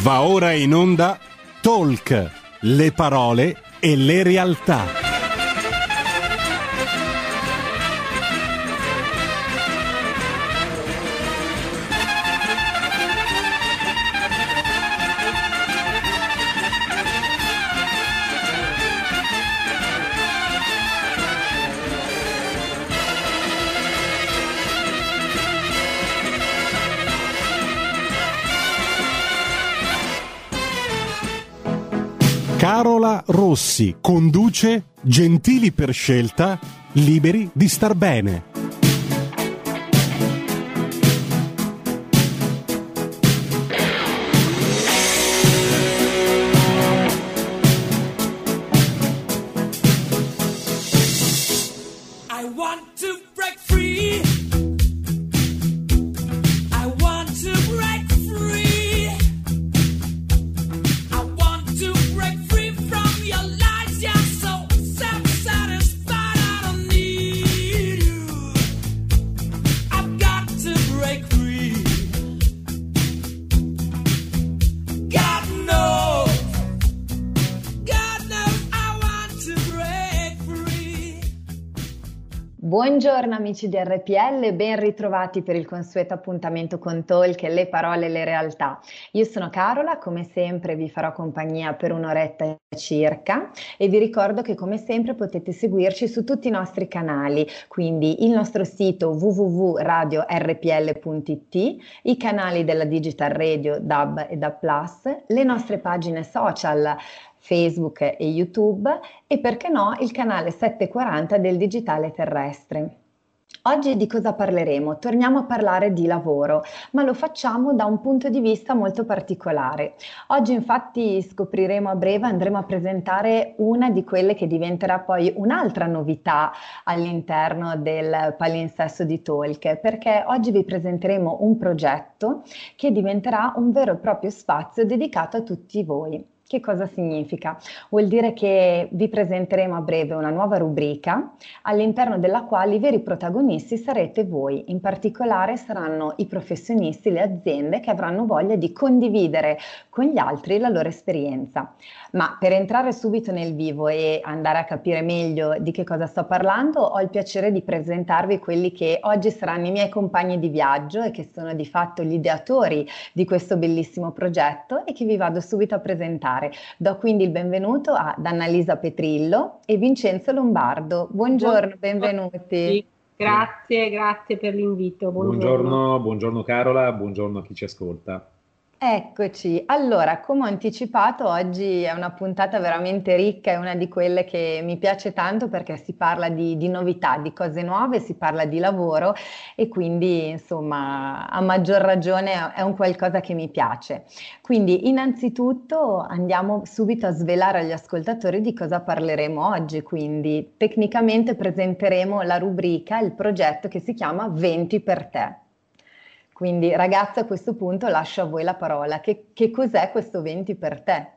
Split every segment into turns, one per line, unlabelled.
Va ora in onda Talk, le parole e le realtà. Carola Rossi conduce Gentili per scelta, liberi di star bene.
Buongiorno amici di RPL, ben ritrovati per il consueto appuntamento con Talk, le parole e le realtà. Io sono Carola, come sempre vi farò compagnia per un'oretta circa e vi ricordo che come sempre potete seguirci su tutti i nostri canali, quindi il nostro sito www.radiorpl.it, i canali della Digital Radio DAB e DAB+, le nostre pagine social Facebook e YouTube e perché no il canale 740 del Digitale Terrestre. Oggi di cosa parleremo? Torniamo a parlare di lavoro, ma lo facciamo da un punto di vista molto particolare. Oggi infatti scopriremo a breve, andremo a presentare una di quelle che diventerà poi un'altra novità all'interno del palinsesto di Talk, perché oggi vi presenteremo un progetto che diventerà un vero e proprio spazio dedicato a tutti voi. Che cosa significa? Vuol dire che vi presenteremo a breve una nuova rubrica all'interno della quale i veri protagonisti sarete voi. In particolare saranno i professionisti, le aziende che avranno voglia di condividere con gli altri la loro esperienza. Ma per entrare subito nel vivo e andare a capire meglio di che cosa sto parlando, ho il piacere di presentarvi quelli che oggi saranno i miei compagni di viaggio e che sono di fatto gli ideatori di questo bellissimo progetto e che vi vado subito a presentare. Do quindi il benvenuto ad Annalisa Petrillo e Vincenzo Lombardo. Buongiorno, benvenuti.
Grazie per l'invito.
Buongiorno Carola, buongiorno a chi ci ascolta.
Eccoci, allora come ho anticipato oggi è una puntata veramente ricca, è una di quelle che mi piace tanto perché si parla di novità, di cose nuove, si parla di lavoro e quindi insomma a maggior ragione è un qualcosa che mi piace. Quindi innanzitutto andiamo subito a svelare agli ascoltatori di cosa parleremo oggi, quindi tecnicamente presenteremo la rubrica, il progetto che si chiama 20 per te. Quindi ragazzi a questo punto lascio a voi la parola. Che cos'è questo 20 per te?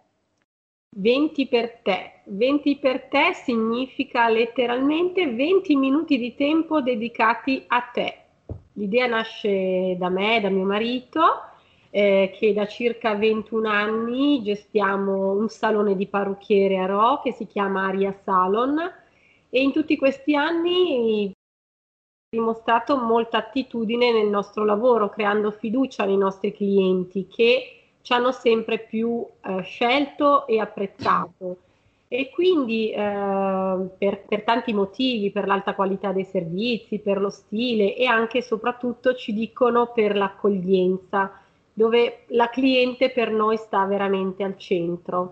20 per te. 20 per te significa letteralmente 20 minuti di tempo dedicati a te. L'idea nasce da me, da mio marito, che da circa 21 anni gestiamo un salone di parrucchiere a Rho che si chiama Aria Salon e in tutti questi anni dimostrato molta attitudine nel nostro lavoro, creando fiducia nei nostri clienti che ci hanno sempre più scelto e apprezzato. E quindi per tanti motivi, per l'alta qualità dei servizi, per lo stile e anche e soprattutto ci dicono per l'accoglienza, dove la cliente per noi sta veramente al centro.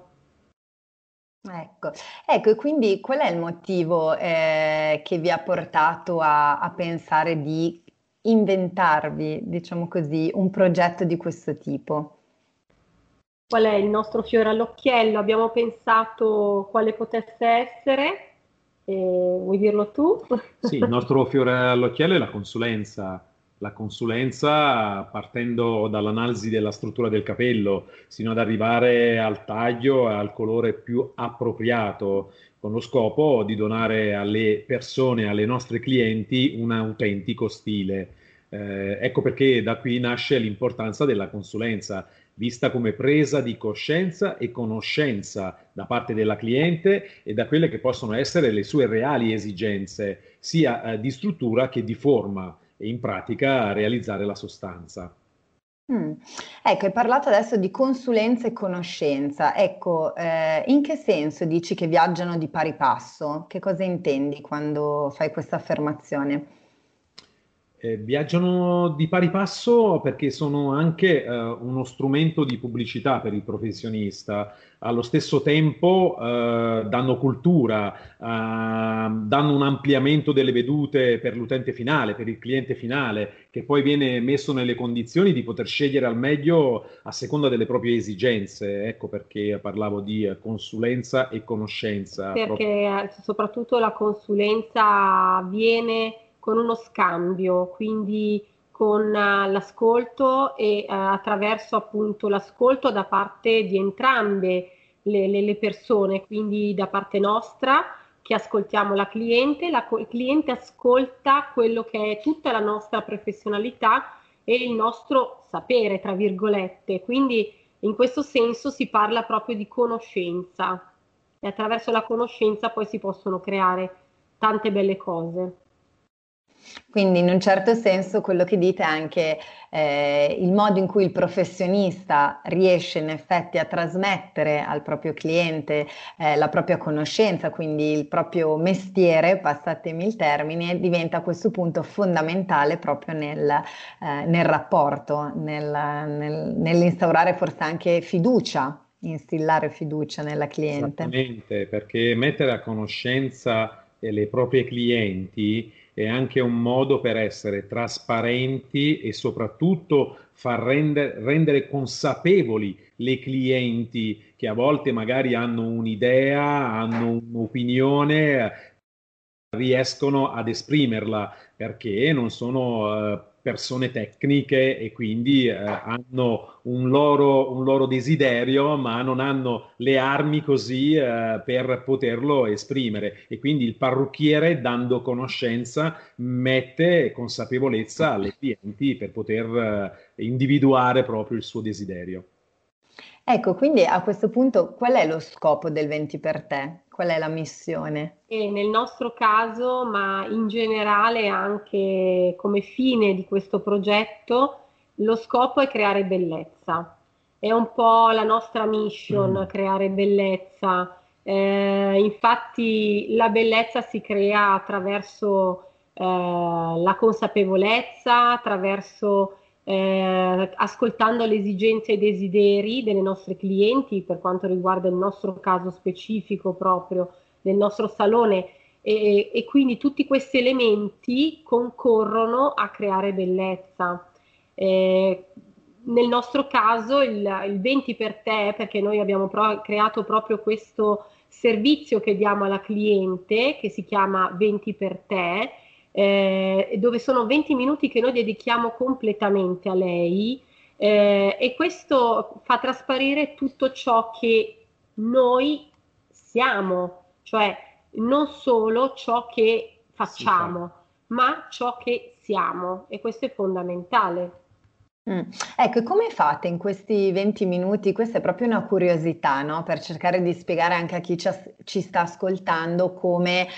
Ecco, e quindi qual è il motivo che vi ha portato a pensare di inventarvi, diciamo così, un progetto di questo tipo?
Qual è il nostro fiore all'occhiello? Abbiamo pensato quale potesse essere, vuoi dirlo tu?
Sì, il nostro fiore all'occhiello è la consulenza. La consulenza partendo dall'analisi della struttura del capello sino ad arrivare al taglio e al colore più appropriato, con lo scopo di donare alle persone, alle nostre clienti, un autentico stile. Ecco perché da qui nasce l'importanza della consulenza, vista come presa di coscienza e conoscenza da parte della cliente e da quelle che possono essere le sue reali esigenze, sia di struttura che di forma, e in pratica realizzare la sostanza.
Mm. Ecco, hai parlato adesso di consulenza e conoscenza. Ecco, in che senso dici che viaggiano di pari passo? Che cosa intendi quando fai questa affermazione?
Viaggiano di pari passo perché sono anche uno strumento di pubblicità per il professionista. Allo stesso tempo danno cultura, danno un ampliamento delle vedute per l'utente finale, per il cliente finale, che poi viene messo nelle condizioni di poter scegliere al meglio a seconda delle proprie esigenze. Ecco perché parlavo di consulenza e conoscenza.
Perché soprattutto la consulenza avviene con uno scambio, quindi con l'ascolto e attraverso appunto l'ascolto da parte di entrambe le persone, quindi da parte nostra che ascoltiamo la cliente, il cliente ascolta quello che è tutta la nostra professionalità e il nostro sapere, tra virgolette, quindi in questo senso si parla proprio di conoscenza e attraverso la conoscenza poi si possono creare tante belle cose.
Quindi in un certo senso quello che dite è anche il modo in cui il professionista riesce in effetti a trasmettere al proprio cliente la propria conoscenza, quindi il proprio mestiere, passatemi il termine, diventa a questo punto fondamentale proprio nel rapporto, nell'instaurare forse anche fiducia, instillare fiducia nella cliente.
Esattamente, perché mettere a conoscenza le proprie clienti è anche un modo per essere trasparenti e soprattutto far rendere consapevoli le clienti che a volte magari hanno un'idea, hanno un'opinione, riescono ad esprimerla perché non sono persone tecniche e quindi hanno un loro desiderio, ma non hanno le armi così per poterlo esprimere. E quindi il parrucchiere, dando conoscenza, mette consapevolezza alle clienti per poter individuare proprio il suo desiderio.
Ecco, quindi a questo punto qual è lo scopo del 20 per te? Qual è la missione?
E nel nostro caso, ma in generale anche come fine di questo progetto, lo scopo è creare bellezza. È un po' la nostra mission, creare bellezza. Infatti la bellezza si crea attraverso la consapevolezza, attraverso ascoltando le esigenze e i desideri delle nostre clienti per quanto riguarda il nostro caso specifico proprio del nostro salone e quindi tutti questi elementi concorrono a creare bellezza. Nel nostro caso il 20 per te, perché noi abbiamo creato proprio questo servizio che diamo alla cliente che si chiama 20 per te, dove sono 20 minuti che noi dedichiamo completamente a lei e questo fa trasparire tutto ciò che noi siamo, cioè non solo ciò che facciamo, ma ciò che siamo e questo è fondamentale.
Ecco, e come fate in questi 20 minuti? Questa è proprio una curiosità, no? Per cercare di spiegare anche a chi ci sta ascoltando come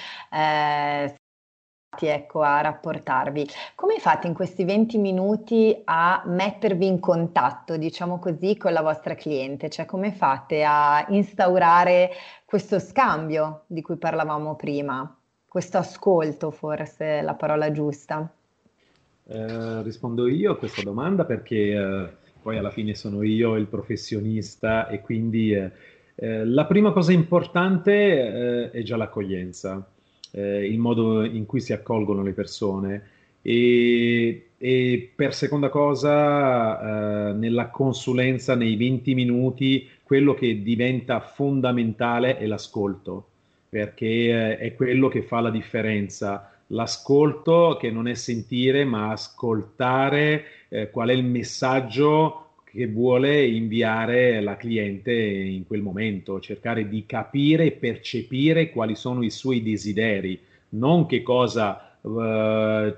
ecco, a rapportarvi. Come fate in questi 20 minuti a mettervi in contatto, diciamo così, con la vostra cliente? Cioè, come fate a instaurare questo scambio di cui parlavamo prima? Questo ascolto, forse è la parola giusta.
Rispondo io a questa domanda perché poi alla fine sono io il professionista e quindi la prima cosa importante è già l'accoglienza, il modo in cui si accolgono le persone e per seconda cosa nella consulenza nei 20 minuti quello che diventa fondamentale è l'ascolto perché è quello che fa la differenza. L'ascolto che non è sentire, ma ascoltare qual è il messaggio che vuole inviare la cliente in quel momento, cercare di capire e percepire quali sono i suoi desideri, non che cosa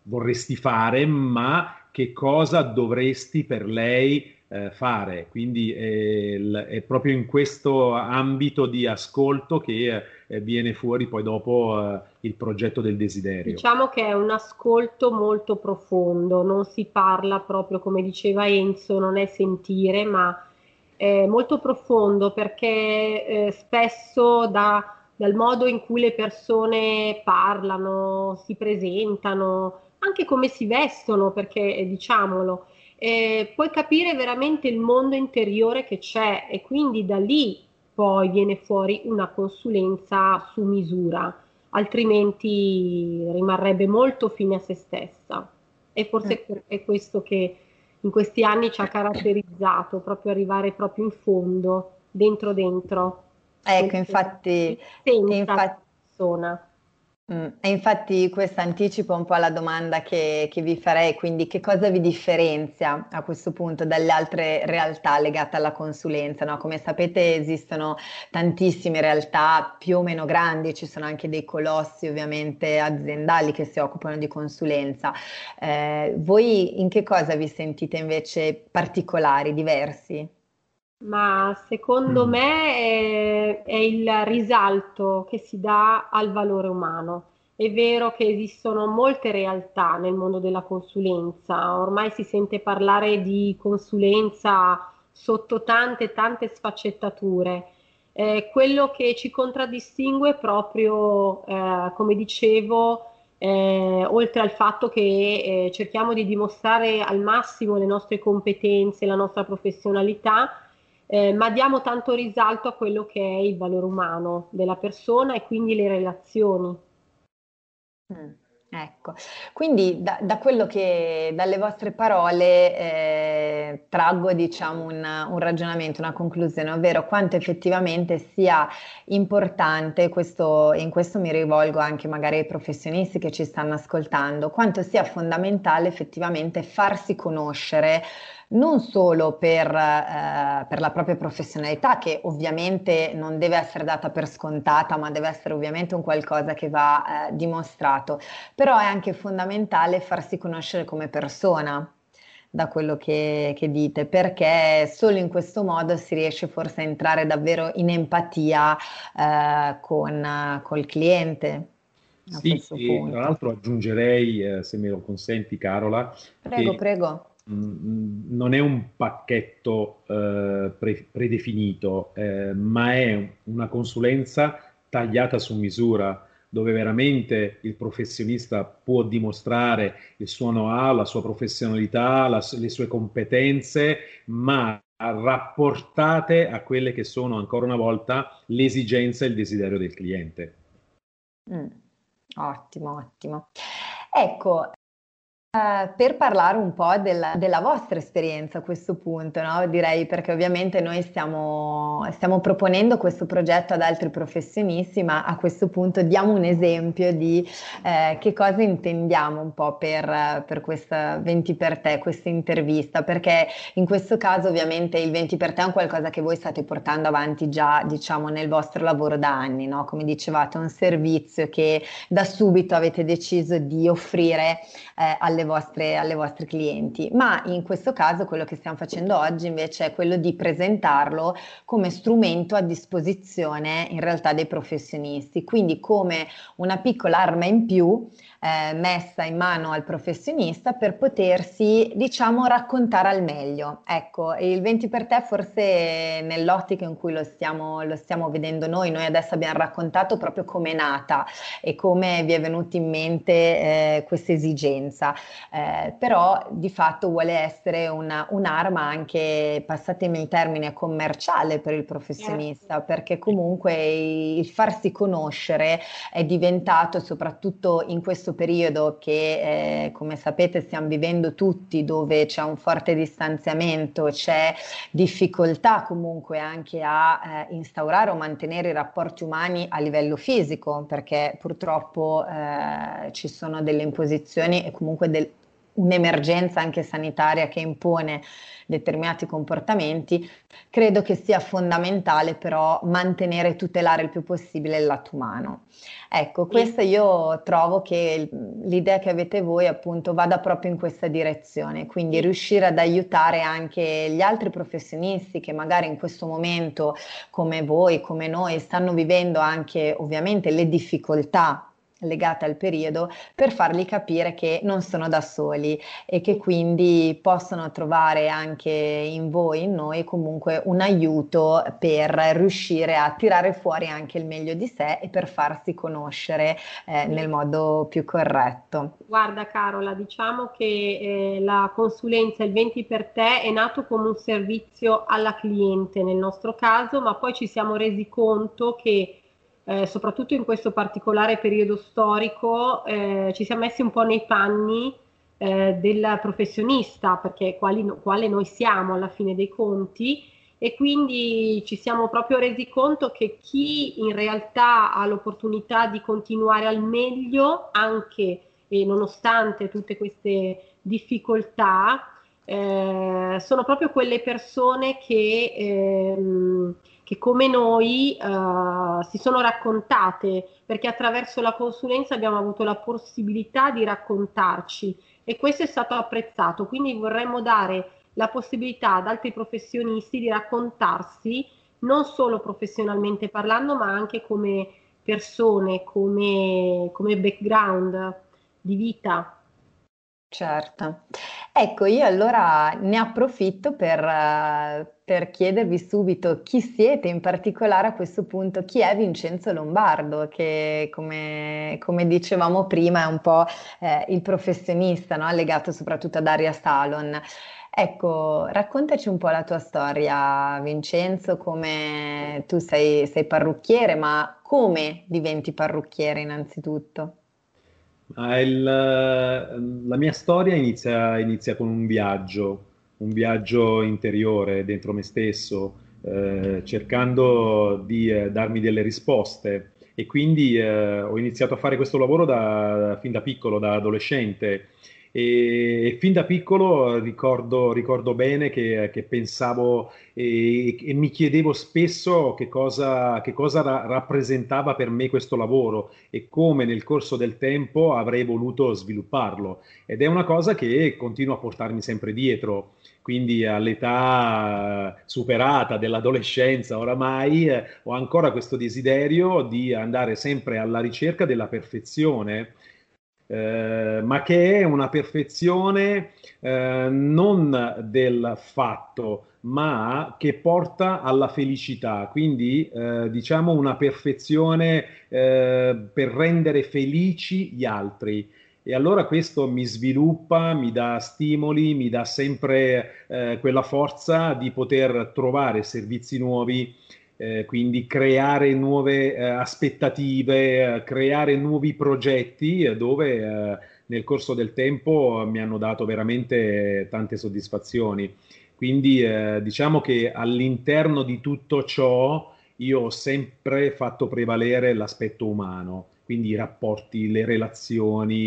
vorresti fare, ma che cosa dovresti per lei fare. Quindi è proprio in questo ambito di ascolto che viene fuori poi dopo il progetto del desiderio.
Diciamo che è un ascolto molto profondo, non si parla proprio, come diceva Enzo, non è sentire, ma è molto profondo, perché spesso dal modo in cui le persone parlano, si presentano, anche come si vestono, perché diciamolo, puoi capire veramente il mondo interiore che c'è, e quindi da lì poi viene fuori una consulenza su misura, altrimenti rimarrebbe molto fine a se stessa. E forse è questo che in questi anni ci ha caratterizzato, proprio arrivare proprio in fondo, dentro dentro,
Ecco, infatti, e
senza la
infatti
persona.
E infatti questo anticipa un po' la domanda che vi farei, quindi che cosa vi differenzia a questo punto dalle altre realtà legate alla consulenza, no? Come sapete esistono tantissime realtà più o meno grandi, ci sono anche dei colossi ovviamente aziendali che si occupano di consulenza. Voi in che cosa vi sentite invece particolari, diversi?
Ma secondo me è il risalto che si dà al valore umano. È vero che esistono molte realtà nel mondo della consulenza, ormai si sente parlare di consulenza sotto tante, tante sfaccettature. Quello che ci contraddistingue è proprio, come dicevo, oltre al fatto che cerchiamo di dimostrare al massimo le nostre competenze, la nostra professionalità, ma diamo tanto risalto a quello che è il valore umano della persona e quindi le relazioni.
Ecco, quindi da quello che dalle vostre parole traggo, diciamo, un ragionamento, una conclusione, ovvero quanto effettivamente sia importante, questo, e in questo mi rivolgo anche magari ai professionisti che ci stanno ascoltando, quanto sia fondamentale effettivamente farsi conoscere non solo per la propria professionalità, che ovviamente non deve essere data per scontata, ma deve essere ovviamente un qualcosa che va dimostrato, però è anche fondamentale farsi conoscere come persona, da quello che dite, perché solo in questo modo si riesce forse a entrare davvero in empatia col cliente a
Sì,
questo
e tra
punto.
l'altro aggiungerei, se me lo consenti, Carola,
Prego,
che
prego.
non è un pacchetto predefinito, ma è una consulenza tagliata su misura, dove veramente il professionista può dimostrare il suo know-how, la sua professionalità, le sue competenze, ma rapportate a quelle che sono ancora una volta le esigenze e il desiderio del cliente.
Mm, ottimo, ottimo. Ecco, per parlare un po' della vostra esperienza a questo punto, no? Direi perché ovviamente noi stiamo proponendo questo progetto ad altri professionisti, ma a questo punto diamo un esempio di che cosa intendiamo un po' per questa 20 per te, questa intervista, perché in questo caso ovviamente il 20 per te è un qualcosa che voi state portando avanti già, diciamo, nel vostro lavoro da anni, no? Come dicevate, un servizio che da subito avete deciso di offrire alle vostre clienti, ma in questo caso quello che stiamo facendo oggi invece è quello di presentarlo come strumento a disposizione in realtà dei professionisti, quindi come una piccola arma in più messa in mano al professionista per potersi, diciamo, raccontare al meglio. Ecco, il 20 per te forse nell'ottica in cui lo stiamo vedendo noi adesso abbiamo raccontato proprio come è nata e come vi è venuta in mente questa esigenza, però di fatto vuole essere un'arma anche, passatemi il termine, commerciale per il professionista, perché comunque il farsi conoscere è diventato, soprattutto in questo periodo che come sapete stiamo vivendo tutti, dove c'è un forte distanziamento, c'è difficoltà comunque anche a instaurare o mantenere i rapporti umani a livello fisico, perché purtroppo ci sono delle imposizioni e comunque un'emergenza anche sanitaria che impone determinati comportamenti, credo che sia fondamentale però mantenere e tutelare il più possibile il lato umano. Ecco, questa io trovo che l'idea che avete voi appunto vada proprio in questa direzione, quindi riuscire ad aiutare anche gli altri professionisti che magari in questo momento, come voi, come noi, stanno vivendo anche ovviamente le difficoltà legate al periodo, per fargli capire che non sono da soli e che quindi possono trovare anche in voi, in noi, comunque un aiuto per riuscire a tirare fuori anche il meglio di sé e per farsi conoscere nel modo più corretto.
Guarda Carola, diciamo che la consulenza il 20 per te è nato come un servizio alla cliente nel nostro caso, ma poi ci siamo resi conto che soprattutto in questo particolare periodo storico ci siamo messi un po' nei panni del professionista, perché quale noi siamo alla fine dei conti, e quindi ci siamo proprio resi conto che chi in realtà ha l'opportunità di continuare al meglio, anche e nonostante tutte queste difficoltà, sono proprio quelle persone che come noi si sono raccontate, perché attraverso la consulenza abbiamo avuto la possibilità di raccontarci e questo è stato apprezzato, quindi vorremmo dare la possibilità ad altri professionisti di raccontarsi non solo professionalmente parlando, ma anche come persone, come background di vita.
Certo. Ecco, io allora ne approfitto per chiedervi subito chi siete, in particolare a questo punto chi è Vincenzo Lombardo, che come dicevamo prima è un po' il professionista, no? Legato soprattutto ad Aria Salon. Ecco, raccontaci un po' la tua storia, Vincenzo, come tu sei parrucchiere, ma come diventi parrucchiere innanzitutto?
La mia storia inizia con un viaggio interiore dentro me stesso, cercando di darmi delle risposte. E quindi ho iniziato a fare questo lavoro fin da piccolo, da adolescente. E fin da piccolo ricordo bene che pensavo e mi chiedevo spesso che cosa rappresentava per me questo lavoro e come nel corso del tempo avrei voluto svilupparlo. Ed è una cosa che continua a portarmi sempre dietro. Quindi all'età superata dell'adolescenza oramai ho ancora questo desiderio di andare sempre alla ricerca della perfezione, ma che è una perfezione non del fatto, ma che porta alla felicità. Quindi diciamo una perfezione per rendere felici gli altri. E allora questo mi sviluppa, mi dà stimoli, mi dà sempre quella forza di poter trovare servizi nuovi, quindi creare nuove aspettative, creare nuovi progetti dove nel corso del tempo mi hanno dato veramente tante soddisfazioni. Quindi diciamo che all'interno di tutto ciò io ho sempre fatto prevalere l'aspetto umano, quindi i rapporti, le relazioni,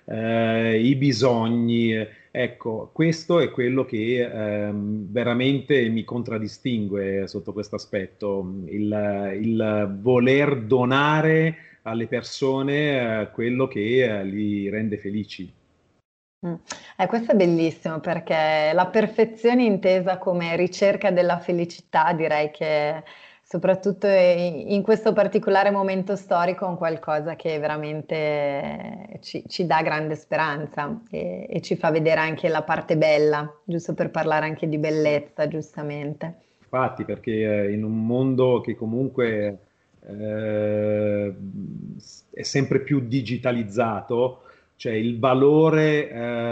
i bisogni. Ecco, questo è quello che veramente mi contraddistingue sotto questo aspetto, il voler donare alle persone quello che li rende felici.
Mm. Questo è bellissimo perché la perfezione intesa come ricerca della felicità, direi che soprattutto in questo particolare momento storico è un qualcosa che veramente ci dà grande speranza e ci fa vedere anche la parte bella, giusto per parlare anche di bellezza, giustamente.
Infatti, perché in un mondo che comunque eh, è sempre più digitalizzato, cioè il valore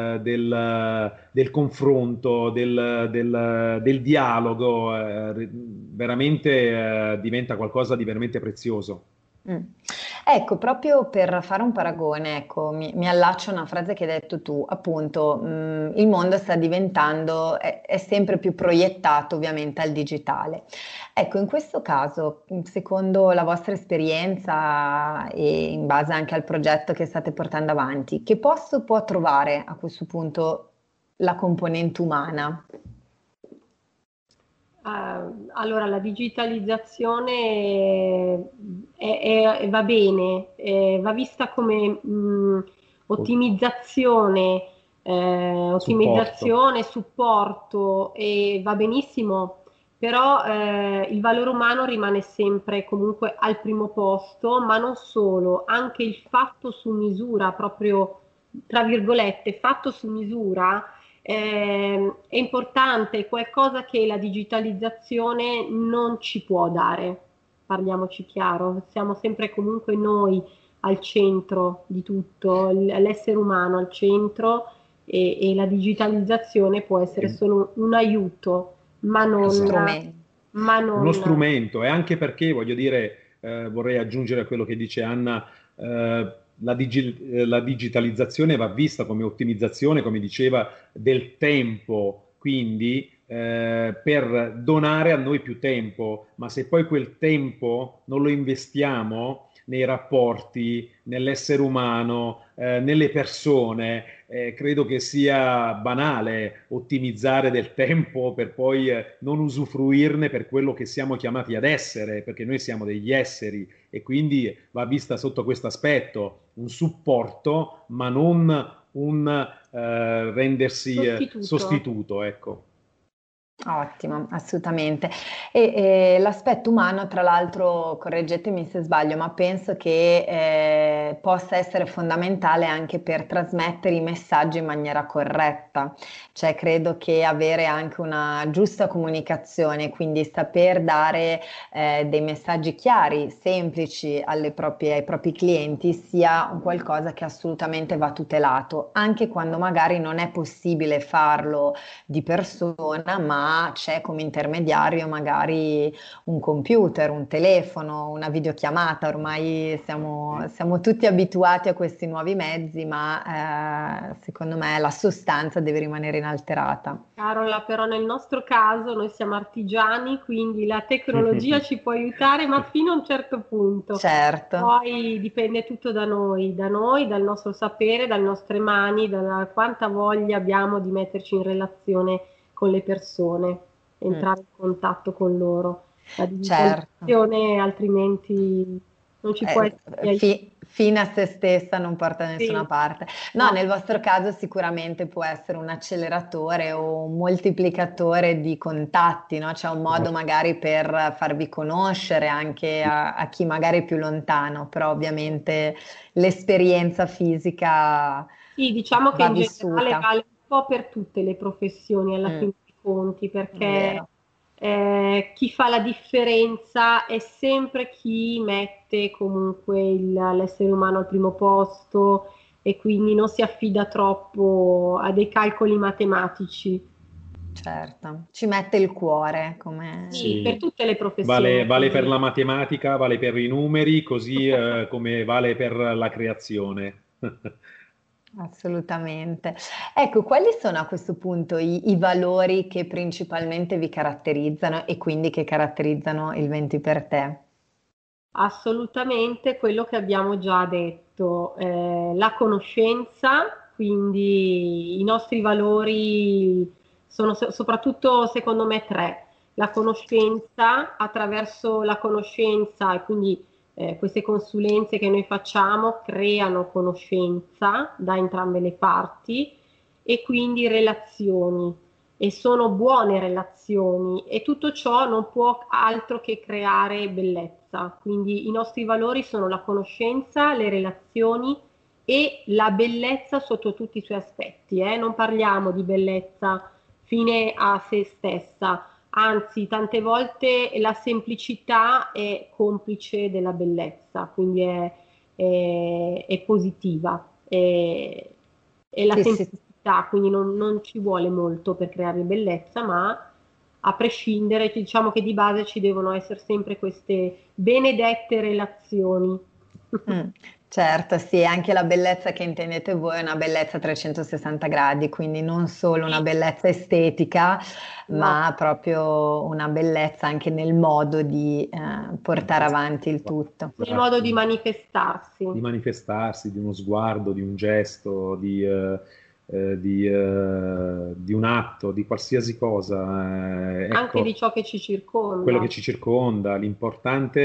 del confronto, del dialogo, veramente diventa qualcosa di veramente prezioso.
Mm. Ecco, proprio per fare un paragone, ecco, mi allaccio a una frase che hai detto tu, appunto, il mondo sta diventando, è sempre più proiettato ovviamente al digitale. Ecco, in questo caso, secondo la vostra esperienza e in base anche al progetto che state portando avanti, che posto può trovare a questo punto la componente umana?
Allora, la digitalizzazione va bene, va vista come ottimizzazione,
Supporto.
ottimizzazione, supporto e va benissimo, però il valore umano rimane sempre comunque al primo posto, ma non solo, anche il fatto su misura, proprio tra virgolette, fatto su misura è importante, è qualcosa che la digitalizzazione non ci può dare, parliamoci chiaro, siamo sempre comunque noi al centro di tutto, l'essere umano al centro e la digitalizzazione può essere
E-
solo un aiuto, ma
Uno
non,
Esatto.
strumento.
ma
Uno
non
strumento, e anche perché, voglio dire, vorrei aggiungere a quello che dice Anna, la digitalizzazione va vista come ottimizzazione, come diceva, del tempo, quindi per donare a noi più tempo, ma se poi quel tempo non lo investiamo nei rapporti, nell'essere umano, nelle persone, credo che sia banale ottimizzare del tempo per poi non usufruirne per quello che siamo chiamati ad essere, perché noi siamo degli esseri e quindi va vista sotto questo aspetto, un supporto, ma non un rendersi
sostituto.
sostituto, ecco.
Ottimo, assolutamente. E l'aspetto umano, tra l'altro, correggetemi se sbaglio, ma penso che possa essere fondamentale anche per trasmettere i messaggi in maniera corretta. Cioè, credo che avere anche una giusta comunicazione, quindi saper dare dei messaggi chiari, semplici ai propri clienti, sia un qualcosa che assolutamente va tutelato, anche quando magari non è possibile farlo di persona, ma c'è come intermediario magari un computer, un telefono, una videochiamata. Ormai siamo tutti abituati a questi nuovi mezzi, ma secondo me la sostanza deve rimanere inalterata.
Carola, però nel nostro caso noi siamo artigiani, quindi la tecnologia ci può aiutare, ma fino a un certo punto.
Certo.
Poi dipende tutto da noi, dal nostro sapere, dalle nostre mani, da quanta voglia abbiamo di metterci in relazione con le persone,
Mm.
entrare in contatto con loro. La
Certo.
digitalizzazione altrimenti non ci può essere di aiuto.
Fine a se stessa non porta da nessuna
Sì,
parte. No,
no.
nel vostro caso sicuramente può essere un acceleratore o un moltiplicatore di contatti, no? C'è un modo
Certo.
magari per farvi conoscere anche a chi magari è più lontano, però ovviamente l'esperienza fisica
Sì, diciamo che
va
in generale
vissuta.
vale un po' per tutte le professioni alla
Mm,
fine dei conti,
è
perché
vero.
chi fa la differenza è sempre chi mette comunque l'essere umano al primo posto e quindi non si affida troppo a dei calcoli matematici.
Certo, ci mette il cuore come...
Sì, per
Sì,
tutte le professioni.
vale per la matematica, vale per i numeri, così come vale per la creazione.
Assolutamente. Ecco, quali sono a questo punto i valori che principalmente vi caratterizzano e quindi che caratterizzano il 20 per te?
Assolutamente quello che abbiamo già detto, la conoscenza, quindi i nostri valori sono soprattutto secondo me tre. La conoscenza, attraverso la conoscenza e quindi queste consulenze che noi facciamo creano conoscenza da entrambe le parti e quindi relazioni e sono buone relazioni e tutto ciò non può altro che creare bellezza. Quindi i nostri valori sono la conoscenza, le relazioni e la bellezza sotto tutti i suoi aspetti. Non parliamo di bellezza fine a se stessa, anzi tante volte la semplicità è complice della bellezza, quindi è positiva. E la
Sì, sì,
semplicità, quindi non ci vuole molto per creare bellezza, ma a prescindere, diciamo che di base ci devono essere sempre queste benedette relazioni.
Mm, certo, sì, anche la bellezza che intendete voi è una bellezza a 360 gradi, quindi non solo una bellezza estetica,
No,
ma proprio una bellezza anche nel modo di portare avanti il tutto.
nel modo di manifestarsi.
Di manifestarsi, di uno sguardo, di un gesto, di un atto, di qualsiasi cosa.
Anche
Ecco,
di ciò che ci
quello che
circonda.
ci circonda. L'importante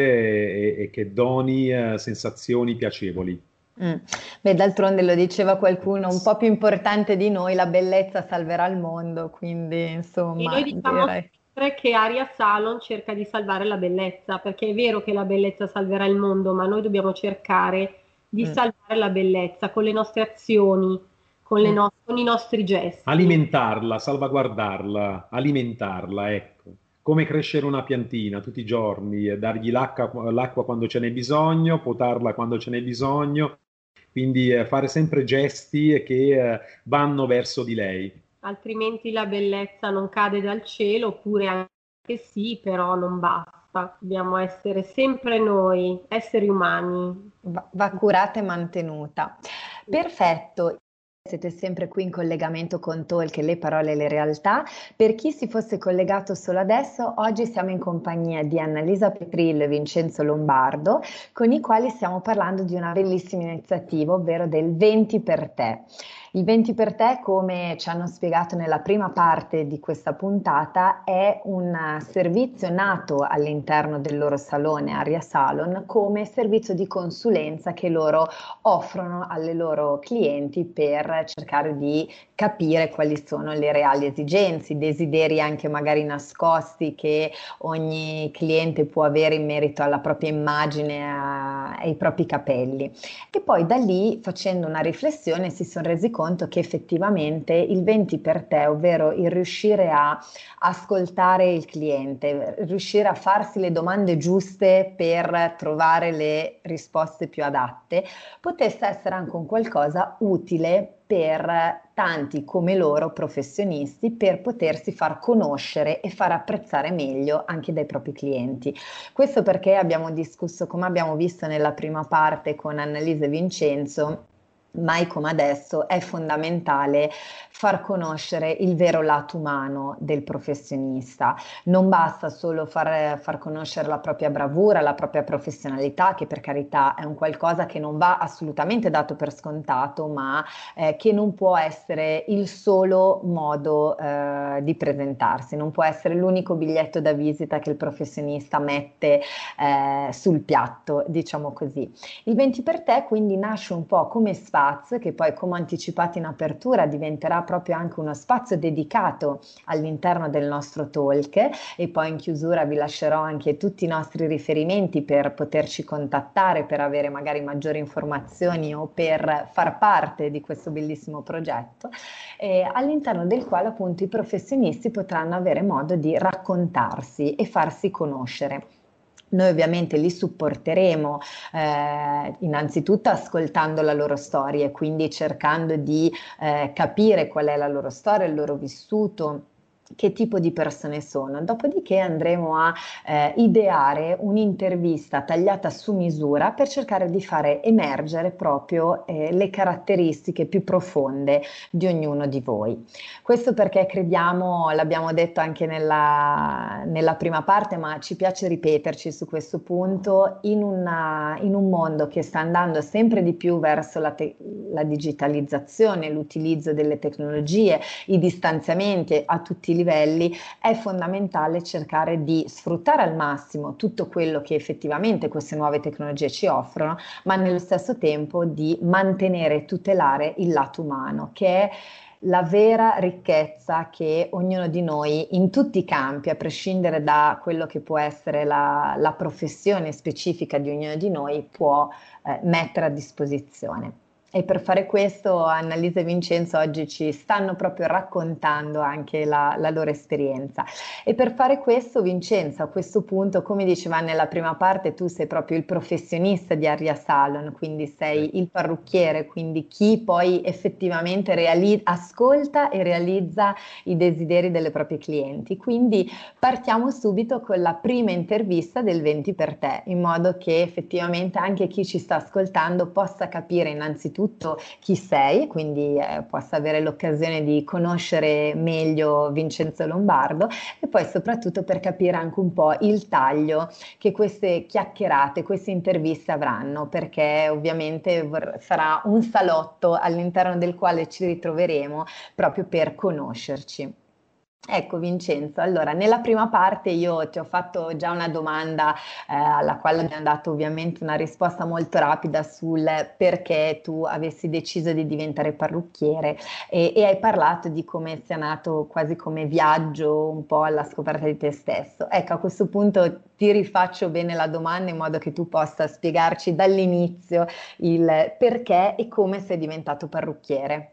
è che doni sensazioni piacevoli.
Mm. Beh, d'altronde lo diceva qualcuno un po' più importante di noi, la bellezza salverà il mondo, quindi
E noi
insomma
diciamo
direi.
sempre che Aria Salon cerca di salvare la bellezza, perché è vero che la bellezza salverà il mondo, ma noi dobbiamo cercare di
Mm,
salvare la bellezza con le nostre azioni,
mm.
Con i nostri gesti.
Alimentarla, salvaguardarla, alimentarla, ecco. Come crescere una piantina tutti i giorni, dargli l'acqua quando ce n'è bisogno, potarla quando ce n'è bisogno, quindi fare sempre gesti che vanno verso di lei.
Altrimenti la bellezza non cade dal cielo, oppure anche sì, però non basta. Dobbiamo essere sempre noi, esseri umani.
Va curata e mantenuta. Perfetto. Siete sempre qui in collegamento con Talk, le parole e le realtà. Per chi si fosse collegato solo adesso, oggi siamo in compagnia di Annalisa Petrillo e Vincenzo Lombardo, con i quali stiamo parlando di una bellissima iniziativa, ovvero del 20 per te. Il 20 per te, come ci hanno spiegato nella prima parte di questa puntata, è un servizio nato all'interno del loro salone Aria Salon come servizio di consulenza che loro offrono alle loro clienti per cercare di capire quali sono le reali esigenze, i desideri anche magari nascosti che ogni cliente può avere in merito alla propria immagine, ai propri capelli. E poi da lì, facendo una riflessione, si sono resi conto che effettivamente il 20 per te, ovvero il riuscire a ascoltare il cliente, riuscire a farsi le domande giuste per trovare le risposte più adatte, potesse essere anche un qualcosa utile per tanti come loro professionisti per potersi far conoscere e far apprezzare meglio anche dai propri clienti. Questo perché abbiamo discusso, come abbiamo visto nella prima parte con Annalisa e Vincenzo, mai come adesso è fondamentale far conoscere il vero lato umano del professionista. Non basta solo far conoscere la propria bravura, la propria professionalità, che per carità è un qualcosa che non va assolutamente dato per scontato, ma che non può essere il solo modo di presentarsi, non può essere l'unico biglietto da visita che il professionista mette sul piatto, diciamo così. Il 20 per te quindi nasce un po' come spazio, che poi come anticipato in apertura diventerà proprio anche uno spazio dedicato all'interno del nostro talk, e poi in chiusura vi lascerò anche tutti i nostri riferimenti per poterci contattare, per avere magari maggiori informazioni o per far parte di questo bellissimo progetto, all'interno del quale appunto i professionisti potranno avere modo di raccontarsi e farsi conoscere. Noi ovviamente li supporteremo innanzitutto ascoltando la loro storia e quindi cercando di capire qual è la loro storia, il loro vissuto, che tipo di persone sono. Dopodiché andremo a ideare un'intervista tagliata su misura per cercare di fare emergere proprio le caratteristiche più profonde di ognuno di voi. Questo perché crediamo, l'abbiamo detto anche nella prima parte, ma ci piace ripeterci su questo punto, in un mondo che sta andando sempre di più verso la digitalizzazione, l'utilizzo delle tecnologie, i distanziamenti a tutti i livelli, è fondamentale cercare di sfruttare al massimo tutto quello che effettivamente queste nuove tecnologie ci offrono, ma nello stesso tempo di mantenere e tutelare il lato umano, che è la vera ricchezza che ognuno di noi in tutti i campi, a prescindere da quello che può essere la professione specifica di ognuno di noi, può mettere a disposizione. E per fare questo Annalisa e Vincenzo oggi ci stanno proprio raccontando anche la loro esperienza. E per fare questo, Vincenzo, a questo punto, come diceva nella prima parte, tu sei proprio il professionista di Aria Salon, quindi sei il parrucchiere, quindi chi poi effettivamente ascolta e realizza i desideri delle proprie clienti. Quindi partiamo subito con la prima intervista del 20 per te, in modo che effettivamente anche chi ci sta ascoltando possa capire innanzitutto chi sei, quindi possa avere l'occasione di conoscere meglio Vincenzo Lombardo e poi soprattutto per capire anche un po' il taglio che queste chiacchierate, queste interviste avranno, perché ovviamente sarà un salotto all'interno del quale ci ritroveremo proprio per conoscerci. Ecco Vincenzo, allora nella prima parte io ti ho fatto già una domanda alla quale abbiamo dato ovviamente una risposta molto rapida sul perché tu avessi deciso di diventare parrucchiere e hai parlato di come sia nato quasi come viaggio un po' alla scoperta di te stesso. Ecco, a questo punto ti rifaccio bene la domanda in modo che tu possa spiegarci dall'inizio il perché e come sei diventato parrucchiere.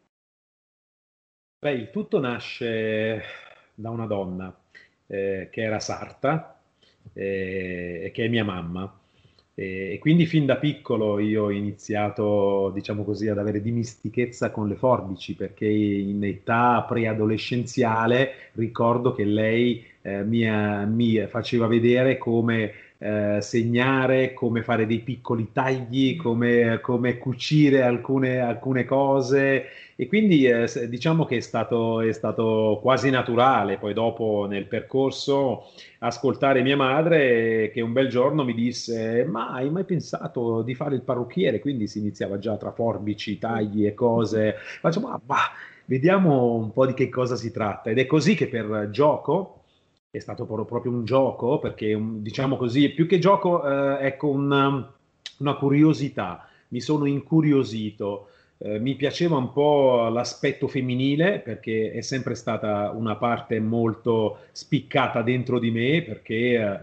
Beh, il tutto nasce da una donna che era sarta e che è mia mamma. E quindi fin da piccolo io ho iniziato, diciamo così, ad avere dimistichezza con le forbici, perché in età preadolescenziale ricordo che lei mi faceva vedere come segnare, come fare dei piccoli tagli, come cucire alcune cose. E quindi diciamo che è stato quasi naturale, poi dopo nel percorso ascoltare mia madre che un bel giorno mi disse: Ma hai mai pensato di fare il parrucchiere? Quindi si iniziava già tra forbici, tagli e cose. Faccio, ma bah, vediamo un po' di che cosa si tratta. Ed è così che per gioco, è stato proprio un gioco, perché diciamo così, più che gioco, ecco una curiosità. Mi sono incuriosito. Mi piaceva un po' l'aspetto femminile perché è sempre stata una parte molto spiccata dentro di me perché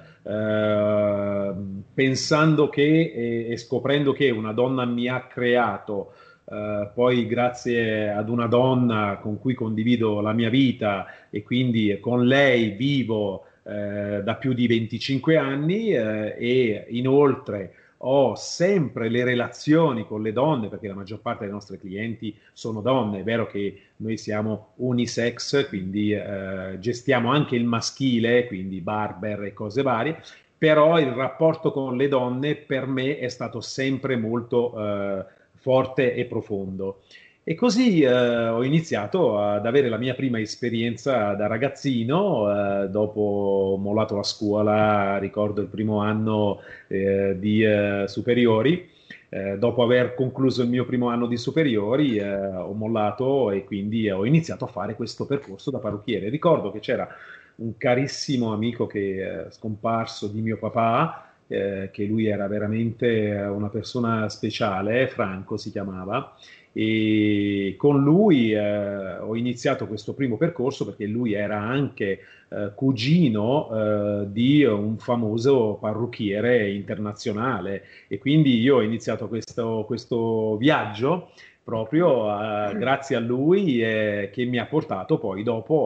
pensando che e scoprendo che una donna mi ha creato, poi grazie ad una donna con cui condivido la mia vita e quindi con lei vivo da più di 25 anni e inoltre ho sempre le relazioni con le donne, perché la maggior parte dei nostri clienti sono donne. È vero che noi siamo unisex, quindi gestiamo anche il maschile, quindi barber e cose varie, però il rapporto con le donne per me è stato sempre molto forte e profondo. E così ho iniziato ad avere la mia prima esperienza da ragazzino, dopo ho mollato la scuola, ricordo il primo anno di superiori. Dopo aver concluso il mio primo anno di superiori, ho mollato e quindi ho iniziato a fare questo percorso da parrucchiere. Ricordo che c'era un carissimo amico che è scomparso di mio papà, che lui era veramente una persona speciale, Franco si chiamava, e con lui ho iniziato questo primo percorso perché lui era anche cugino di un famoso parrucchiere internazionale e quindi io ho iniziato questo viaggio proprio grazie a lui che mi ha portato poi dopo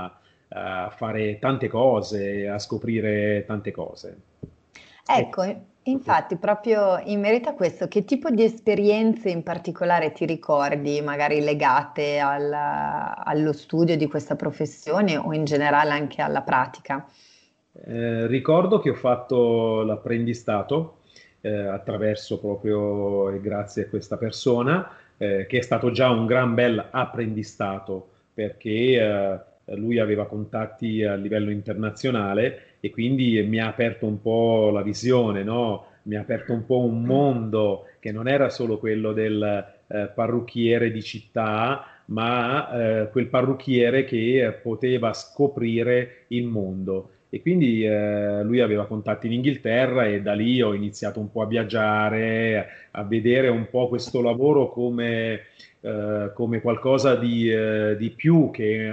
a fare tante cose, a scoprire tante cose.
Ecco, infatti, proprio in merito a questo, che tipo di esperienze in particolare ti ricordi, magari legate allo studio di questa professione o in generale anche alla pratica?
Ricordo che ho fatto l'apprendistato attraverso proprio e grazie a questa persona, che è stato già un gran bel apprendistato perché lui aveva contatti a livello internazionale e quindi mi ha aperto un po' la visione, no? Mi ha aperto un po' un mondo che non era solo quello del parrucchiere di città, ma quel parrucchiere che poteva scoprire il mondo. E quindi lui aveva contatti in Inghilterra e da lì ho iniziato un po' a viaggiare, a vedere un po' questo lavoro come qualcosa di più che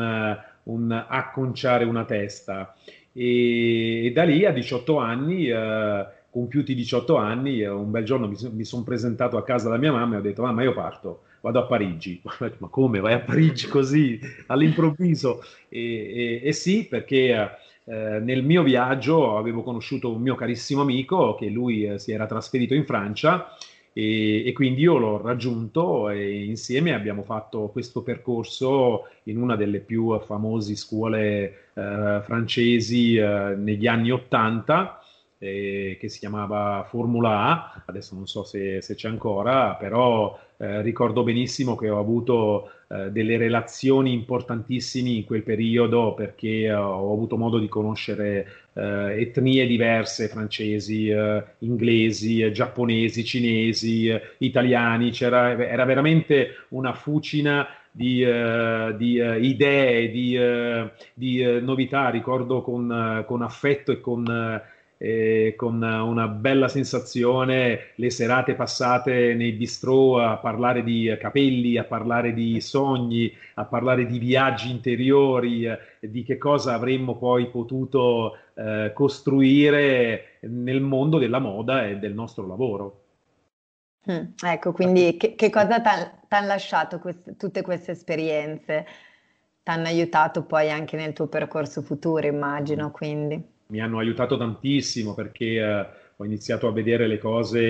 un acconciare una testa. E da lì a 18 anni compiuti 18 anni, un bel giorno mi sono presentato a casa da mia mamma e ho detto: mamma, io parto, vado a Parigi. Ma come vai a Parigi così all'improvviso? E sì, perché nel mio viaggio avevo conosciuto un mio carissimo amico che lui si era trasferito in Francia e quindi io l'ho raggiunto e insieme abbiamo fatto questo percorso in una delle più famose scuole francesi negli anni 80, che si chiamava Formula A. Adesso non so se c'è ancora, però ricordo benissimo che ho avuto delle relazioni importantissime in quel periodo, perché ho avuto modo di conoscere etnie diverse, francesi, inglesi, giapponesi, cinesi, italiani. Era veramente una fucina di idee, di novità. Ricordo con affetto e con una bella sensazione le serate passate nei bistrò a parlare di capelli, a parlare di sogni, a parlare di viaggi interiori, di che cosa avremmo poi potuto costruire nel mondo della moda e del nostro lavoro.
Ecco, quindi che cosa t'han lasciato tutte queste esperienze? T'hanno aiutato poi anche nel tuo percorso futuro, immagino, quindi.
Mi hanno aiutato tantissimo perché ho iniziato a vedere le cose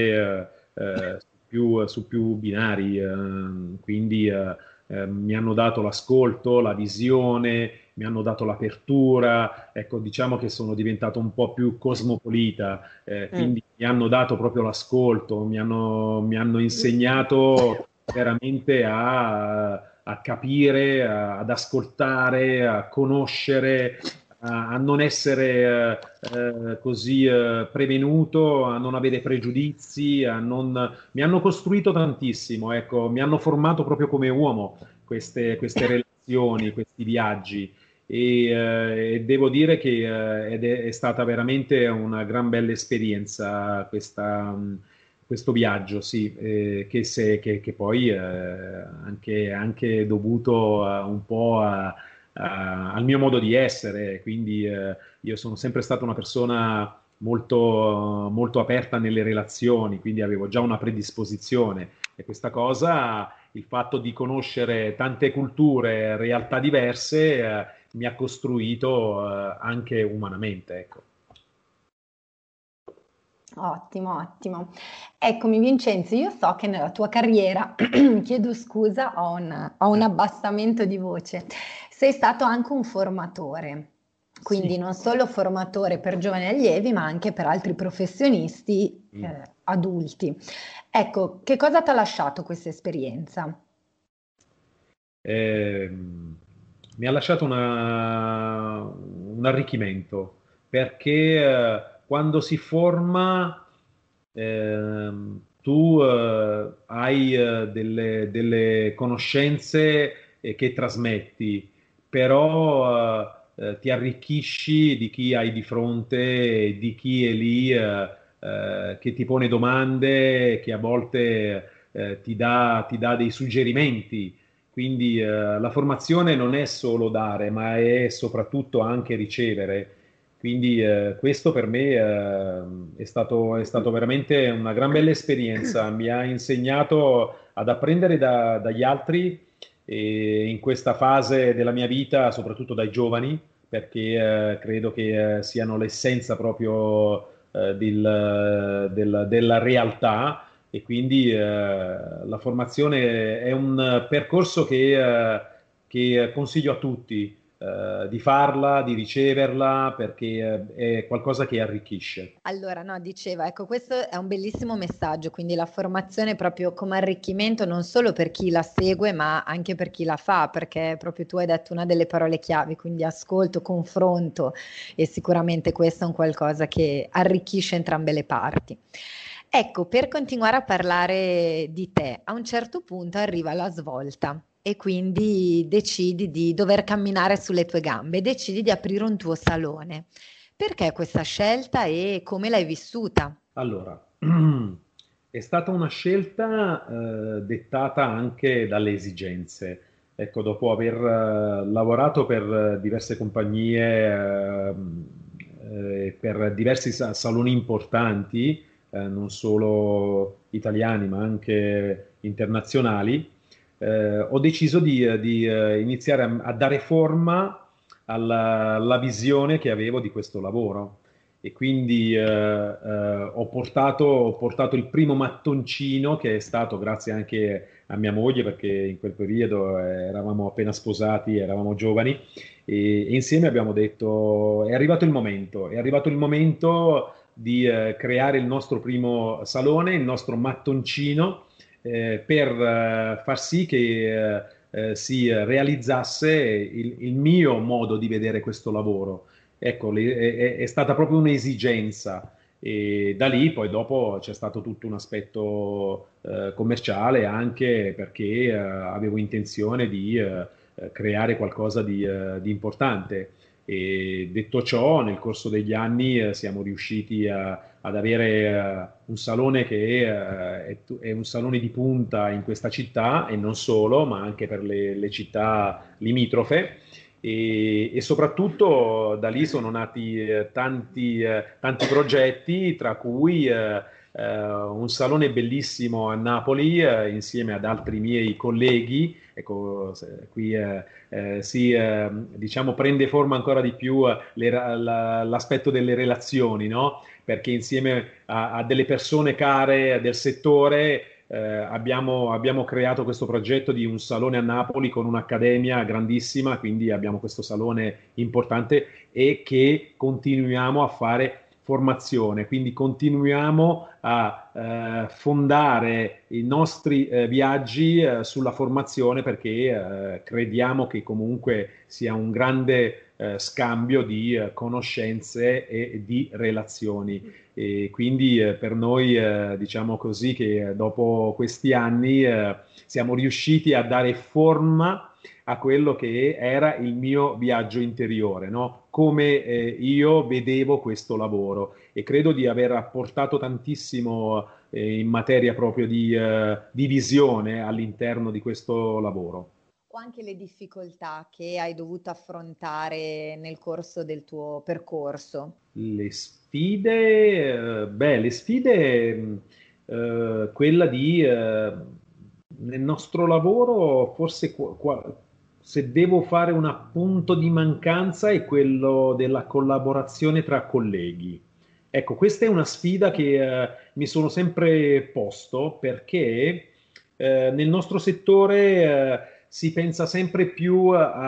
su più binari, quindi mi hanno dato l'ascolto, la visione, mi hanno dato l'apertura. Ecco, diciamo che sono diventato un po' più cosmopolita, quindi mi hanno dato proprio l'ascolto, mi hanno insegnato veramente a capire, ad ascoltare, a conoscere, a non essere così prevenuto, a non avere pregiudizi, mi hanno costruito tantissimo, ecco, mi hanno formato proprio come uomo queste relazioni, questi viaggi. E devo dire che è stata veramente una gran bella esperienza questo viaggio, sì, che poi anche dovuto un po' al mio modo di essere. Quindi io sono sempre stata una persona molto aperta nelle relazioni, quindi avevo già una predisposizione, e questa cosa, il fatto di conoscere tante culture, realtà diverse, mi ha costruito anche umanamente, ecco.
Ottimo, ottimo. Eccomi Vincenzo, io so che nella tua carriera, chiedo scusa, ho un abbassamento di voce, sei stato anche un formatore, quindi
Sì.
non solo formatore per giovani allievi, ma anche per altri professionisti adulti. Ecco, che cosa ti ha lasciato questa esperienza?
Mi ha lasciato un arricchimento, perché quando si forma tu hai delle conoscenze che trasmetti, però ti arricchisci di chi hai di fronte, di chi è lì che ti pone domande, che a volte ti dà dei suggerimenti. Quindi la formazione non è solo dare, ma è soprattutto anche ricevere. Quindi questo per me è stato veramente una gran bella esperienza. Mi ha insegnato ad apprendere dagli altri, e in questa fase della mia vita, soprattutto dai giovani, perché credo che siano l'essenza proprio della realtà. E quindi la formazione è un percorso che consiglio a tutti di farla, di riceverla, perché è qualcosa che arricchisce.
Allora, no, diceva, ecco, questo è un bellissimo messaggio, quindi la formazione proprio come arricchimento non solo per chi la segue, ma anche per chi la fa, perché proprio tu hai detto una delle parole chiavi, quindi ascolto, confronto, e sicuramente questo è un qualcosa che arricchisce entrambe le parti. Ecco, per continuare a parlare di te, a un certo punto arriva la svolta e quindi decidi di dover camminare sulle tue gambe, decidi di aprire un tuo salone. Perché questa scelta e come l'hai vissuta?
Allora, è stata una scelta dettata anche dalle esigenze. Ecco, dopo aver lavorato per diverse compagnie per diversi saloni importanti, non solo italiani ma anche internazionali, ho deciso di iniziare a dare forma alla visione che avevo di questo lavoro. E quindi ho portato il primo mattoncino, che è stato grazie anche a mia moglie, perché in quel periodo eravamo appena sposati, eravamo giovani, e insieme abbiamo detto è arrivato il momento di creare il nostro primo salone, il nostro mattoncino, per far sì che si realizzasse il mio modo di vedere questo lavoro. Ecco, è stata proprio un'esigenza, e da lì poi dopo c'è stato tutto un aspetto commerciale, anche perché avevo intenzione di creare qualcosa di importante. E detto ciò, nel corso degli anni siamo riusciti ad avere un salone che è un salone di punta in questa città, e non solo, ma anche per le città limitrofe. E soprattutto da lì sono nati tanti progetti, tra cui un salone bellissimo a Napoli, insieme ad altri miei colleghi. Ecco, qui diciamo, prende forma ancora di più l'aspetto delle relazioni, no? Perché insieme a delle persone care del settore abbiamo creato questo progetto di un salone a Napoli con un'accademia grandissima, quindi abbiamo questo salone importante, e che continuiamo a fare formazione, quindi continuiamo a fondare i nostri viaggi sulla formazione, perché crediamo che comunque sia un grande scambio di conoscenze e di relazioni. E quindi per noi, diciamo così, che dopo questi anni siamo riusciti a dare forma a quello che era il mio viaggio interiore, no? Come io vedevo questo lavoro, e credo di aver apportato tantissimo in materia proprio di visione all'interno di questo lavoro.
O anche le difficoltà che hai dovuto affrontare nel corso del tuo percorso?
Le sfide, le sfide, quella nel nostro lavoro, forse se devo fare un appunto di mancanza, è quello della collaborazione tra colleghi. Ecco, questa è una sfida che mi sono sempre posto, perché nel nostro settore si pensa sempre più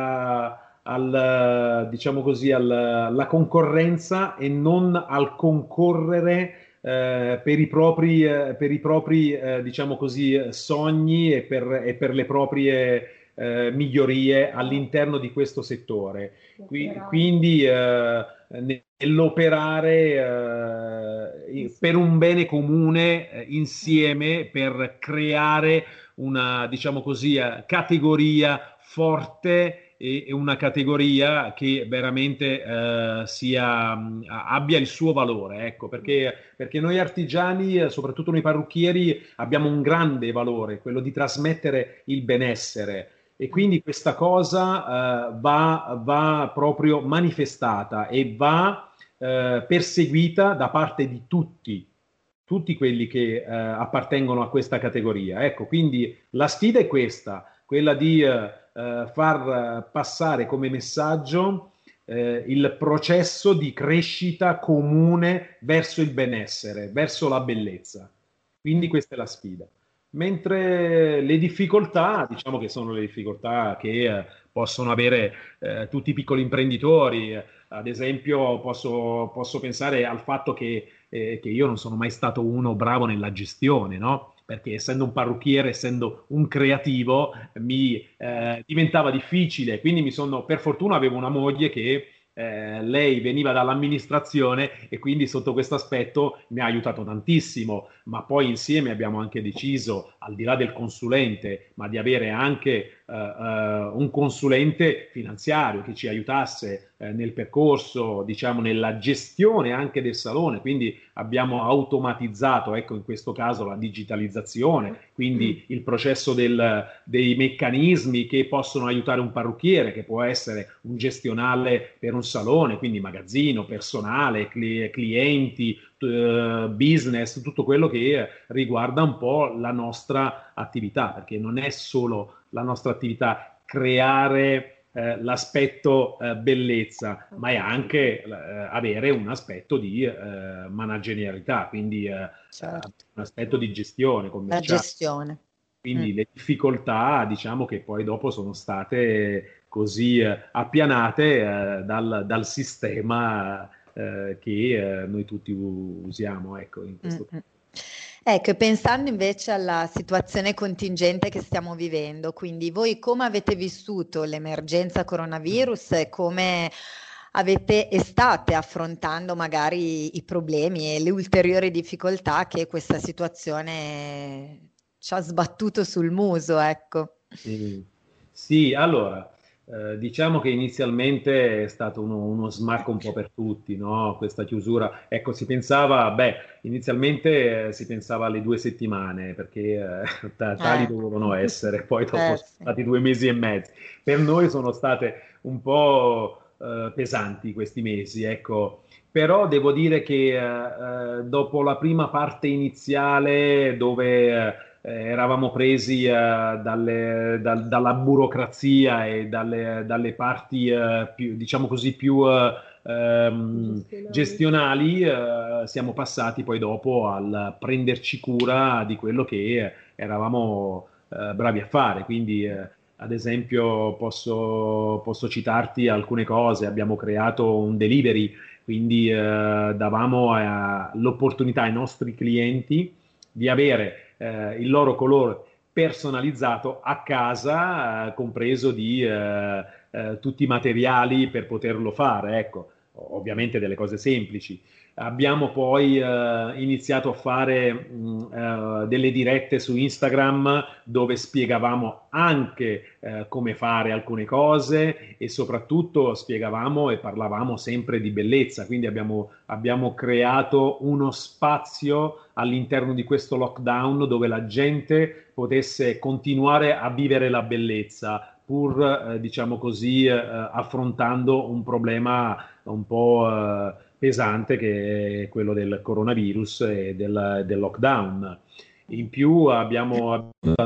diciamo così, alla concorrenza, e non al concorrere per i propri diciamo così, sogni, e per le proprie migliorie all'interno di questo settore. Quindi nell'operare per un bene comune, insieme, per creare una, diciamo così, categoria forte, e una categoria che veramente abbia il suo valore, ecco, perché noi artigiani, soprattutto noi parrucchieri, abbiamo un grande valore, quello di trasmettere il benessere, e quindi questa cosa va proprio manifestata, e va perseguita da parte di tutti quelli che appartengono a questa categoria. Ecco, quindi la sfida è questa, quella di far passare come messaggio il processo di crescita comune verso il benessere, verso la bellezza. Quindi questa è la sfida. Mentre le difficoltà, diciamo che sono le difficoltà che possono avere tutti i piccoli imprenditori. Ad esempio, posso pensare al fatto che io non sono mai stato uno bravo nella gestione, no? Perché essendo un parrucchiere, essendo un creativo, mi diventava difficile. Quindi per fortuna avevo una moglie che lei veniva dall'amministrazione, e quindi sotto questo aspetto mi ha aiutato tantissimo, ma poi insieme abbiamo anche deciso, al di là del consulente, ma di avere anche un consulente finanziario che ci aiutasse nel percorso, diciamo, nella gestione anche del salone, quindi abbiamo automatizzato, ecco, in questo caso la digitalizzazione, quindi il processo dei meccanismi che possono aiutare un parrucchiere, che può essere un gestionale per un salone, quindi magazzino, personale, clienti, business, tutto quello che riguarda un po' la nostra attività, perché non è solo la nostra attività creare l'aspetto bellezza, ma è anche avere un aspetto di managerialità, quindi
Certo,
un aspetto di gestione
la
commerciale.
gestione.
Quindi le difficoltà, diciamo che poi dopo sono state così appianate dal sistema che noi tutti usiamo, ecco, in questo caso.
Ecco, e pensando invece alla situazione contingente che stiamo vivendo, quindi voi come avete vissuto l'emergenza coronavirus e come state affrontando magari i problemi e le ulteriori difficoltà che questa situazione ci ha sbattuto sul muso, ecco.
Sì, allora, diciamo che inizialmente è stato uno smacco un po' per tutti, no? Questa chiusura. Ecco, inizialmente si pensava alle 2 settimane, perché tali dovevano essere, poi dopo sono
Sì.
stati 2 mesi e mezzo. Per noi sono state un po' pesanti questi mesi, ecco. Però devo dire che dopo la prima parte iniziale, dove eravamo presi dalla burocrazia e dalle parti più, diciamo così, più gestionali, siamo passati poi dopo al prenderci cura di quello che eravamo bravi a fare. Quindi, ad esempio, posso citarti alcune cose. Abbiamo creato un delivery, quindi davamo l'opportunità ai nostri clienti di avere il loro colore personalizzato a casa, compreso di tutti i materiali per poterlo fare, ecco, ovviamente delle cose semplici. Abbiamo poi iniziato a fare delle dirette su Instagram dove spiegavamo anche come fare alcune cose e soprattutto spiegavamo e parlavamo sempre di bellezza, quindi abbiamo creato uno spazio all'interno di questo lockdown dove la gente potesse continuare a vivere la bellezza pur, diciamo così, affrontando un problema un po' pesante che è quello del coronavirus e del lockdown. In più abbiamo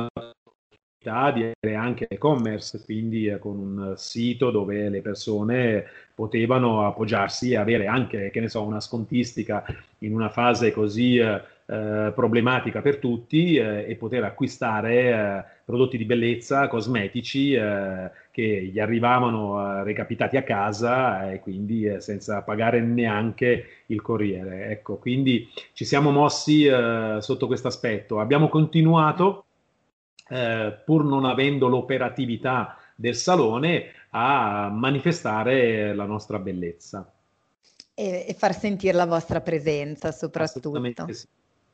di avere anche e-commerce, quindi con un sito dove le persone potevano appoggiarsi e avere anche, che ne so, una scontistica in una fase così problematica per tutti e poter acquistare prodotti di bellezza, cosmetici che gli arrivavano recapitati a casa e quindi senza pagare neanche il corriere. Ecco, quindi ci siamo mossi sotto questo aspetto. Abbiamo continuato pur non avendo l'operatività del salone, a manifestare la nostra bellezza.
E far sentire la vostra presenza soprattutto.
Assolutamente sì.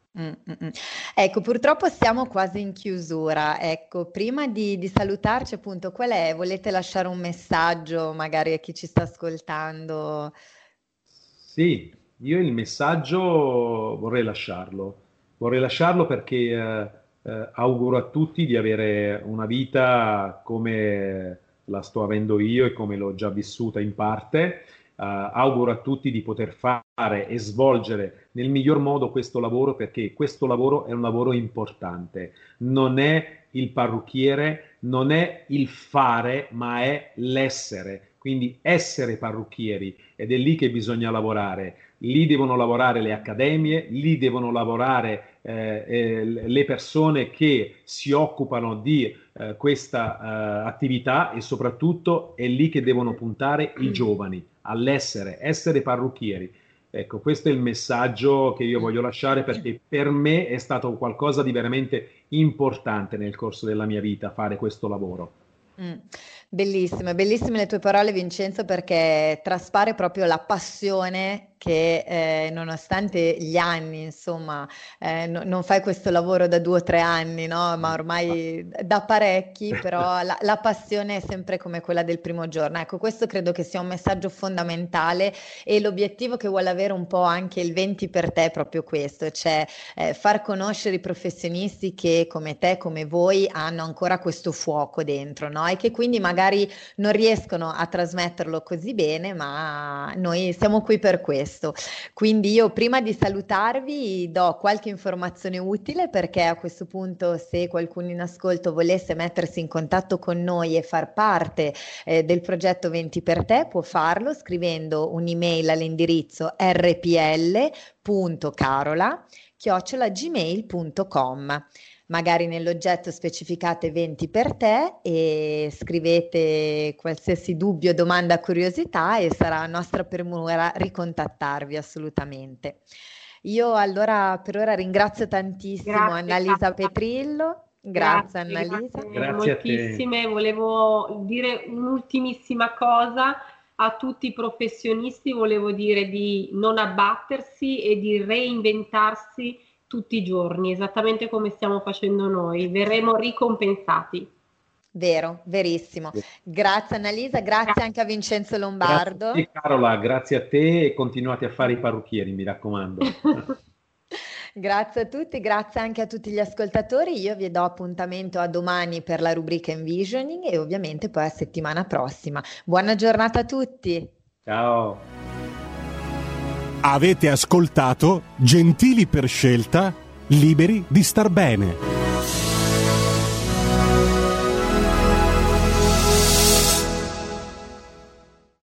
Ecco, purtroppo siamo quasi in chiusura. Ecco, prima di salutarci, appunto, volete lasciare un messaggio magari a chi ci sta ascoltando?
Sì, io il messaggio vorrei lasciarlo. Vorrei lasciarlo perché auguro a tutti di avere una vita come la sto avendo io e come l'ho già vissuta in parte. Auguro a tutti di poter fare e svolgere nel miglior modo questo lavoro, perché questo lavoro è un lavoro importante. Non è il parrucchiere, non è il fare, ma è l'essere. Quindi essere parrucchieri, ed è lì che bisogna lavorare. Lì devono lavorare le accademie, lì devono lavorare le persone che si occupano di questa attività, e soprattutto è lì che devono puntare i giovani, essere parrucchieri. Ecco, questo è il messaggio che io voglio lasciare, perché per me è stato qualcosa di veramente importante nel corso della mia vita fare questo lavoro.
Bellissime, bellissime le tue parole, Vincenzo, perché traspare proprio la passione che nonostante gli anni, insomma, non fai questo lavoro da 2 o 3 anni, no? Ma ormai da parecchi, però la passione è sempre come quella del primo giorno. Ecco, questo credo che sia un messaggio fondamentale e l'obiettivo che vuole avere un po' anche il 20 per te è proprio questo, cioè far conoscere i professionisti che come te, come voi, hanno ancora questo fuoco dentro, no? E che quindi magari non riescono a trasmetterlo così bene, ma noi siamo qui per questo. Quindi io prima di salutarvi do qualche informazione utile, perché a questo punto se qualcuno in ascolto volesse mettersi in contatto con noi e far parte del progetto 20 per te, può farlo scrivendo un'email all'indirizzo rpl.carola@gmail.com. Magari nell'oggetto specificate 20 per te e scrivete qualsiasi dubbio, domanda, curiosità e sarà nostra premura ricontattarvi assolutamente. Io allora per ora ringrazio tantissimo Annalisa Petrillo. Grazie Annalisa.
Grazie
moltissime. Volevo dire un'ultimissima cosa a tutti i professionisti, volevo dire di non abbattersi e di reinventarsi tutti i giorni, esattamente come stiamo facendo noi, verremo ricompensati.
Vero, verissimo. Grazie Annalisa, grazie anche a Vincenzo Lombardo.
Grazie Carola, grazie a te e continuate a fare i parrucchieri, mi raccomando.
Grazie a tutti, grazie anche a tutti gli ascoltatori. Io vi do appuntamento a domani per la rubrica Envisioning e ovviamente poi a settimana prossima. Buona giornata a tutti.
Ciao.
Avete ascoltato Gentili per scelta, liberi di star bene.